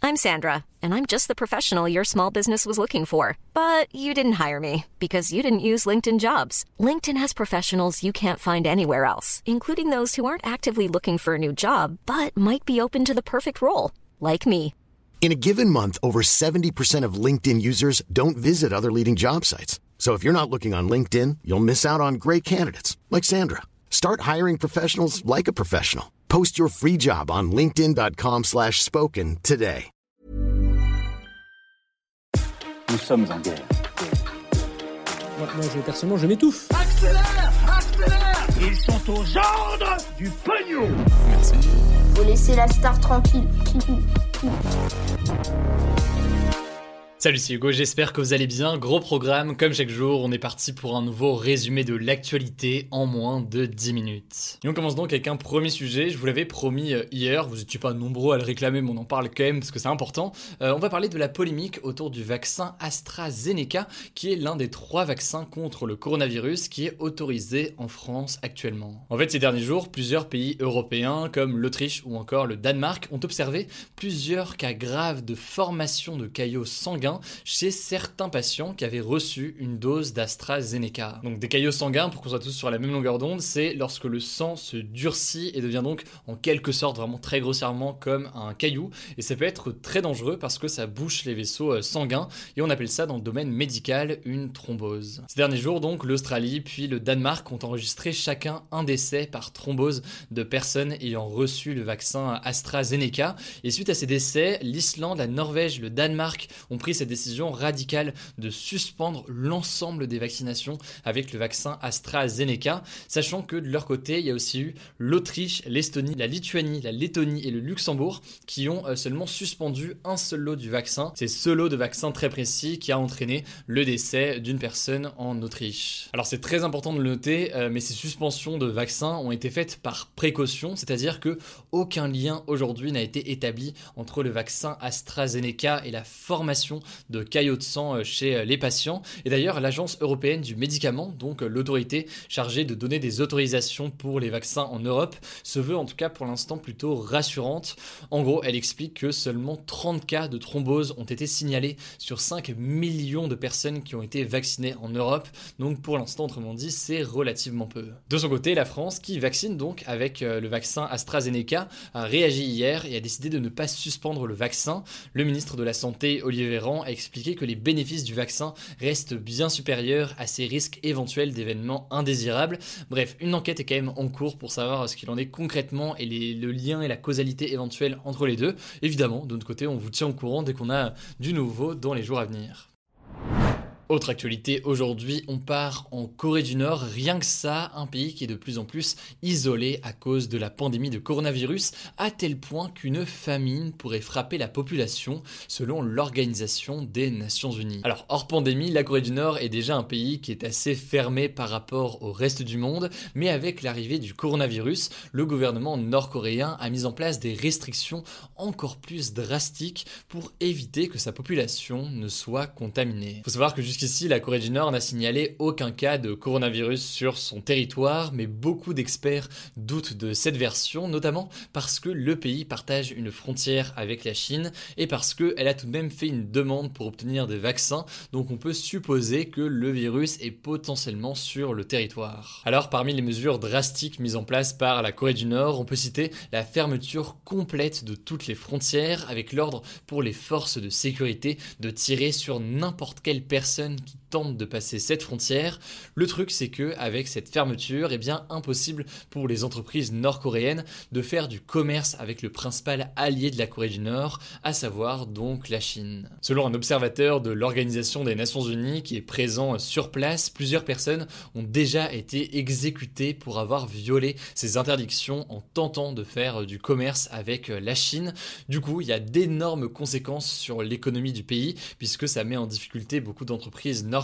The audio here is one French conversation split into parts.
I'm Sandra, and I'm just the professional your small business was looking for. But you didn't hire me because you didn't use LinkedIn Jobs. LinkedIn has professionals you can't find anywhere else, including those who aren't actively looking for a new job, but might be open to the perfect role, like me. In a given month, over 70% of LinkedIn users don't visit other leading job sites. So if you're not looking on LinkedIn, you'll miss out on great candidates like Sandra. Start hiring professionals like a professional. Post your free job on linkedin.com/spoken today. Nous sommes en guerre. Moi, personnellement, je m'étouffe. Accélère! Accélère! Ils sont aux ordres du pognon! Merci. Faut laisser la star tranquille. Salut, c'est Hugo, j'espère que vous allez bien. Gros programme, comme chaque jour, on est parti pour un nouveau résumé de l'actualité en moins de 10 minutes. Et on commence donc avec un premier sujet, je vous l'avais promis hier, vous n'étiez pas nombreux à le réclamer, mais on en parle quand même parce que c'est important. On va parler de la polémique autour du vaccin AstraZeneca, qui est l'un des 3 vaccins contre le coronavirus qui est autorisé en France actuellement. En fait, ces derniers jours, plusieurs pays européens, comme l'Autriche ou encore le Danemark, ont observé plusieurs cas graves de formation de caillots sanguins chez certains patients qui avaient reçu une dose d'AstraZeneca. Donc des caillots sanguins, pour qu'on soit tous sur la même longueur d'onde, c'est lorsque le sang se durcit et devient donc en quelque sorte vraiment très grossièrement comme un caillou, et ça peut être très dangereux parce que ça bouche les vaisseaux sanguins et on appelle ça dans le domaine médical une thrombose. Ces derniers jours donc, l'Australie puis le Danemark ont enregistré chacun un décès par thrombose de personnes ayant reçu le vaccin AstraZeneca, et suite à ces décès, l'Islande, la Norvège, le Danemark ont pris cette décision radicale de suspendre l'ensemble des vaccinations avec le vaccin AstraZeneca, sachant que de leur côté, il y a aussi eu l'Autriche, l'Estonie, la Lituanie, la Lettonie et le Luxembourg qui ont seulement suspendu un seul lot du vaccin. C'est ce lot de vaccin très précis qui a entraîné le décès d'une personne en Autriche. Alors c'est très important de le noter, mais ces suspensions de vaccins ont été faites par précaution, c'est-à-dire que aucun lien aujourd'hui n'a été établi entre le vaccin AstraZeneca et la formation de caillots de sang chez les patients. Et d'ailleurs, l'Agence européenne du médicament, donc l'autorité chargée de donner des autorisations pour les vaccins en Europe, se veut en tout cas pour l'instant plutôt rassurante. En gros, elle explique que seulement 30 cas de thrombose ont été signalés sur 5 millions de personnes qui ont été vaccinées en Europe. Donc pour l'instant, autrement dit, c'est relativement peu. De son côté, la France, qui vaccine donc avec le vaccin AstraZeneca, a réagi hier et a décidé de ne pas suspendre le vaccin. Le ministre de la Santé, Olivier Véran, a expliqué que les bénéfices du vaccin restent bien supérieurs à ces risques éventuels d'événements indésirables. Bref, une enquête est quand même en cours pour savoir ce qu'il en est concrètement et le lien et la causalité éventuelle entre les deux. Évidemment, de notre côté, on vous tient au courant dès qu'on a du nouveau dans les jours à venir. Autre actualité, aujourd'hui on part en Corée du Nord, rien que ça, un pays qui est de plus en plus isolé à cause de la pandémie de coronavirus, à tel point qu'une famine pourrait frapper la population selon l'Organisation des Nations Unies. Alors hors pandémie, la Corée du Nord est déjà un pays qui est assez fermé par rapport au reste du monde, mais avec l'arrivée du coronavirus, le gouvernement nord-coréen a mis en place des restrictions encore plus drastiques pour éviter que sa population ne soit contaminée. Faut savoir que jusqu'ici, la Corée du Nord n'a signalé aucun cas de coronavirus sur son territoire, mais beaucoup d'experts doutent de cette version, notamment parce que le pays partage une frontière avec la Chine et parce qu'elle a tout de même fait une demande pour obtenir des vaccins, donc on peut supposer que le virus est potentiellement sur le territoire. Alors, parmi les mesures drastiques mises en place par la Corée du Nord, on peut citer la fermeture complète de toutes les frontières avec l'ordre pour les forces de sécurité de tirer sur n'importe quelle personne qui tente de passer cette frontière. Le truc, c'est que avec cette fermeture, impossible pour les entreprises nord-coréennes de faire du commerce avec le principal allié de la Corée du Nord, à savoir donc la Chine. Selon un observateur de l'Organisation des Nations Unies qui est présent sur place, plusieurs personnes ont déjà été exécutées pour avoir violé ces interdictions en tentant de faire du commerce avec la Chine. Du coup, il y a d'énormes conséquences sur l'économie du pays puisque ça met en difficulté beaucoup d'entreprises nord-coréennes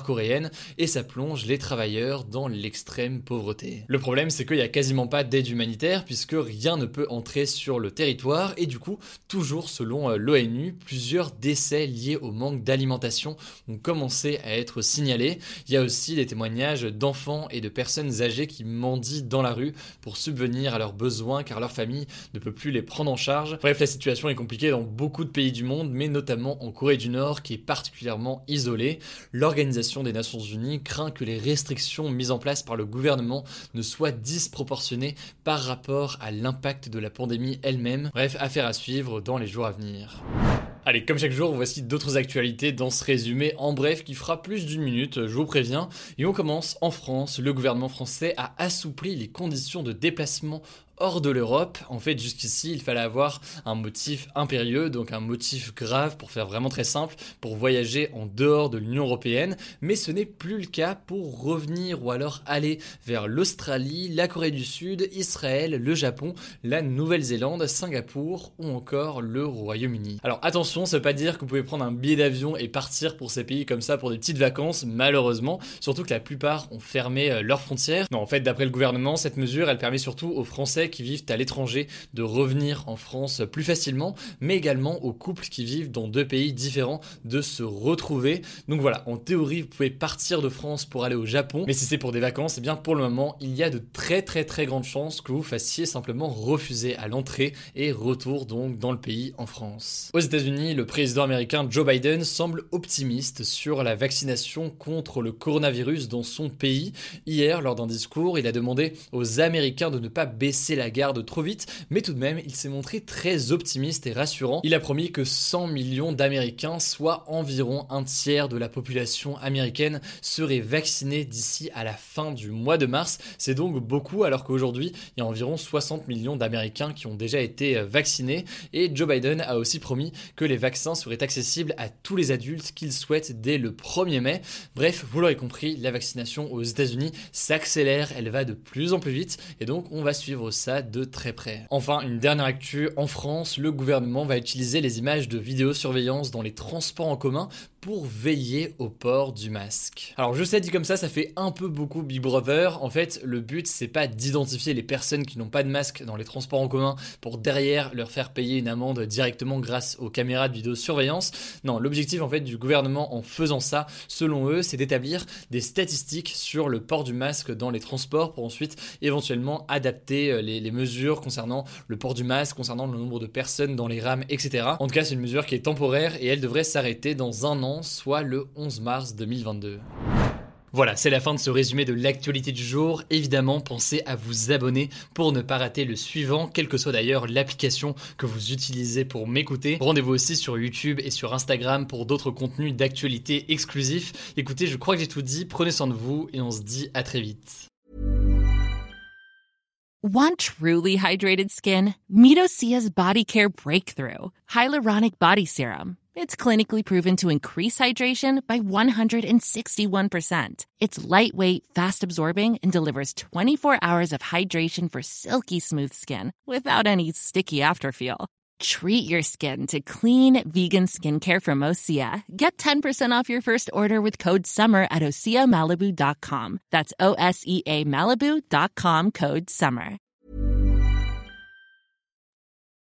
nord-coréenne et ça plonge les travailleurs dans l'extrême pauvreté. Le problème, c'est qu'il n'y a quasiment pas d'aide humanitaire puisque rien ne peut entrer sur le territoire et du coup, toujours selon l'ONU, plusieurs décès liés au manque d'alimentation ont commencé à être signalés. Il y a aussi des témoignages d'enfants et de personnes âgées qui mendient dans la rue pour subvenir à leurs besoins car leur famille ne peut plus les prendre en charge. Bref, la situation est compliquée dans beaucoup de pays du monde, mais notamment en Corée du Nord qui est particulièrement isolée. L'Organisation des Nations Unies craint que les restrictions mises en place par le gouvernement ne soient disproportionnées par rapport à l'impact de la pandémie elle-même. Bref, affaire à suivre dans les jours à venir. Allez, comme chaque jour, voici d'autres actualités dans ce résumé en bref qui fera plus d'une minute, je vous préviens. Et on commence en France. Le gouvernement français a assoupli les conditions de déplacement hors de l'Europe. En fait, jusqu'ici, il fallait avoir un motif impérieux, donc un motif grave, pour faire vraiment très simple, pour voyager en dehors de l'Union européenne. Mais ce n'est plus le cas pour revenir ou alors aller vers l'Australie, la Corée du Sud, Israël, le Japon, la Nouvelle-Zélande, Singapour ou encore le Royaume-Uni. Alors attention, ça veut pas dire que vous pouvez prendre un billet d'avion et partir pour ces pays comme ça pour des petites vacances, malheureusement. Surtout que la plupart ont fermé leurs frontières. Non, en fait, d'après le gouvernement, cette mesure, elle permet surtout aux Français qui vivent à l'étranger de revenir en France plus facilement, mais également aux couples qui vivent dans deux pays différents de se retrouver. Donc voilà, en théorie, vous pouvez partir de France pour aller au Japon, mais si c'est pour des vacances, eh bien pour le moment, il y a de très grandes chances que vous fassiez simplement refuser à l'entrée et retour donc dans le pays en France. Aux États-Unis, le président américain Joe Biden semble optimiste sur la vaccination contre le coronavirus dans son pays. Hier, lors d'un discours, il a demandé aux Américains de ne pas baisser la garde trop vite, mais tout de même, il s'est montré très optimiste et rassurant. Il a promis que 100 millions d'Américains, soit environ un tiers de la population américaine, seraient vaccinés d'ici à la fin du mois de mars. C'est donc beaucoup, alors qu'aujourd'hui, il y a environ 60 millions d'Américains qui ont déjà été vaccinés. Et Joe Biden a aussi promis que les vaccins seraient accessibles à tous les adultes qu'ils souhaitent dès le 1er mai. Bref, vous l'aurez compris, la vaccination aux États-Unis s'accélère, elle va de plus en plus vite, et donc on va suivre ça de très près. Enfin, une dernière actu, en France, le gouvernement va utiliser les images de vidéosurveillance dans les transports en commun pour veiller au port du masque. Alors je sais, dit comme ça fait un peu beaucoup Big Brother. En fait, le but, c'est pas d'identifier les personnes qui n'ont pas de masque dans les transports en commun pour derrière leur faire payer une amende directement grâce aux caméras de vidéosurveillance. Non, l'objectif en fait du gouvernement en faisant ça, selon eux, c'est d'établir des statistiques sur le port du masque dans les transports pour ensuite éventuellement adapter les mesures concernant le port du masque, concernant le nombre de personnes dans les rames, etc. En tout cas, c'est une mesure qui est temporaire et elle devrait s'arrêter dans un an, soit le 11 mars 2022. Voilà, c'est la fin de ce résumé de l'actualité du jour. Évidemment, pensez à vous abonner pour ne pas rater le suivant, quelle que soit d'ailleurs l'application que vous utilisez pour m'écouter. Rendez-vous aussi sur YouTube et sur Instagram pour d'autres contenus d'actualité exclusifs. Écoutez, je crois que j'ai tout dit, prenez soin de vous et on se dit à très vite. Want truly hydrated skin? Meet Osea's Body Care Breakthrough Hyaluronic Body Serum. It's clinically proven to increase hydration by 161%. It's lightweight, fast-absorbing, and delivers 24 hours of hydration for silky smooth skin without any sticky afterfeel. Treat your skin to clean, vegan skincare from Osea. Get 10% off your first order with code SUMMER at OseaMalibu.com. That's OSEA Malibu.com, code SUMMER.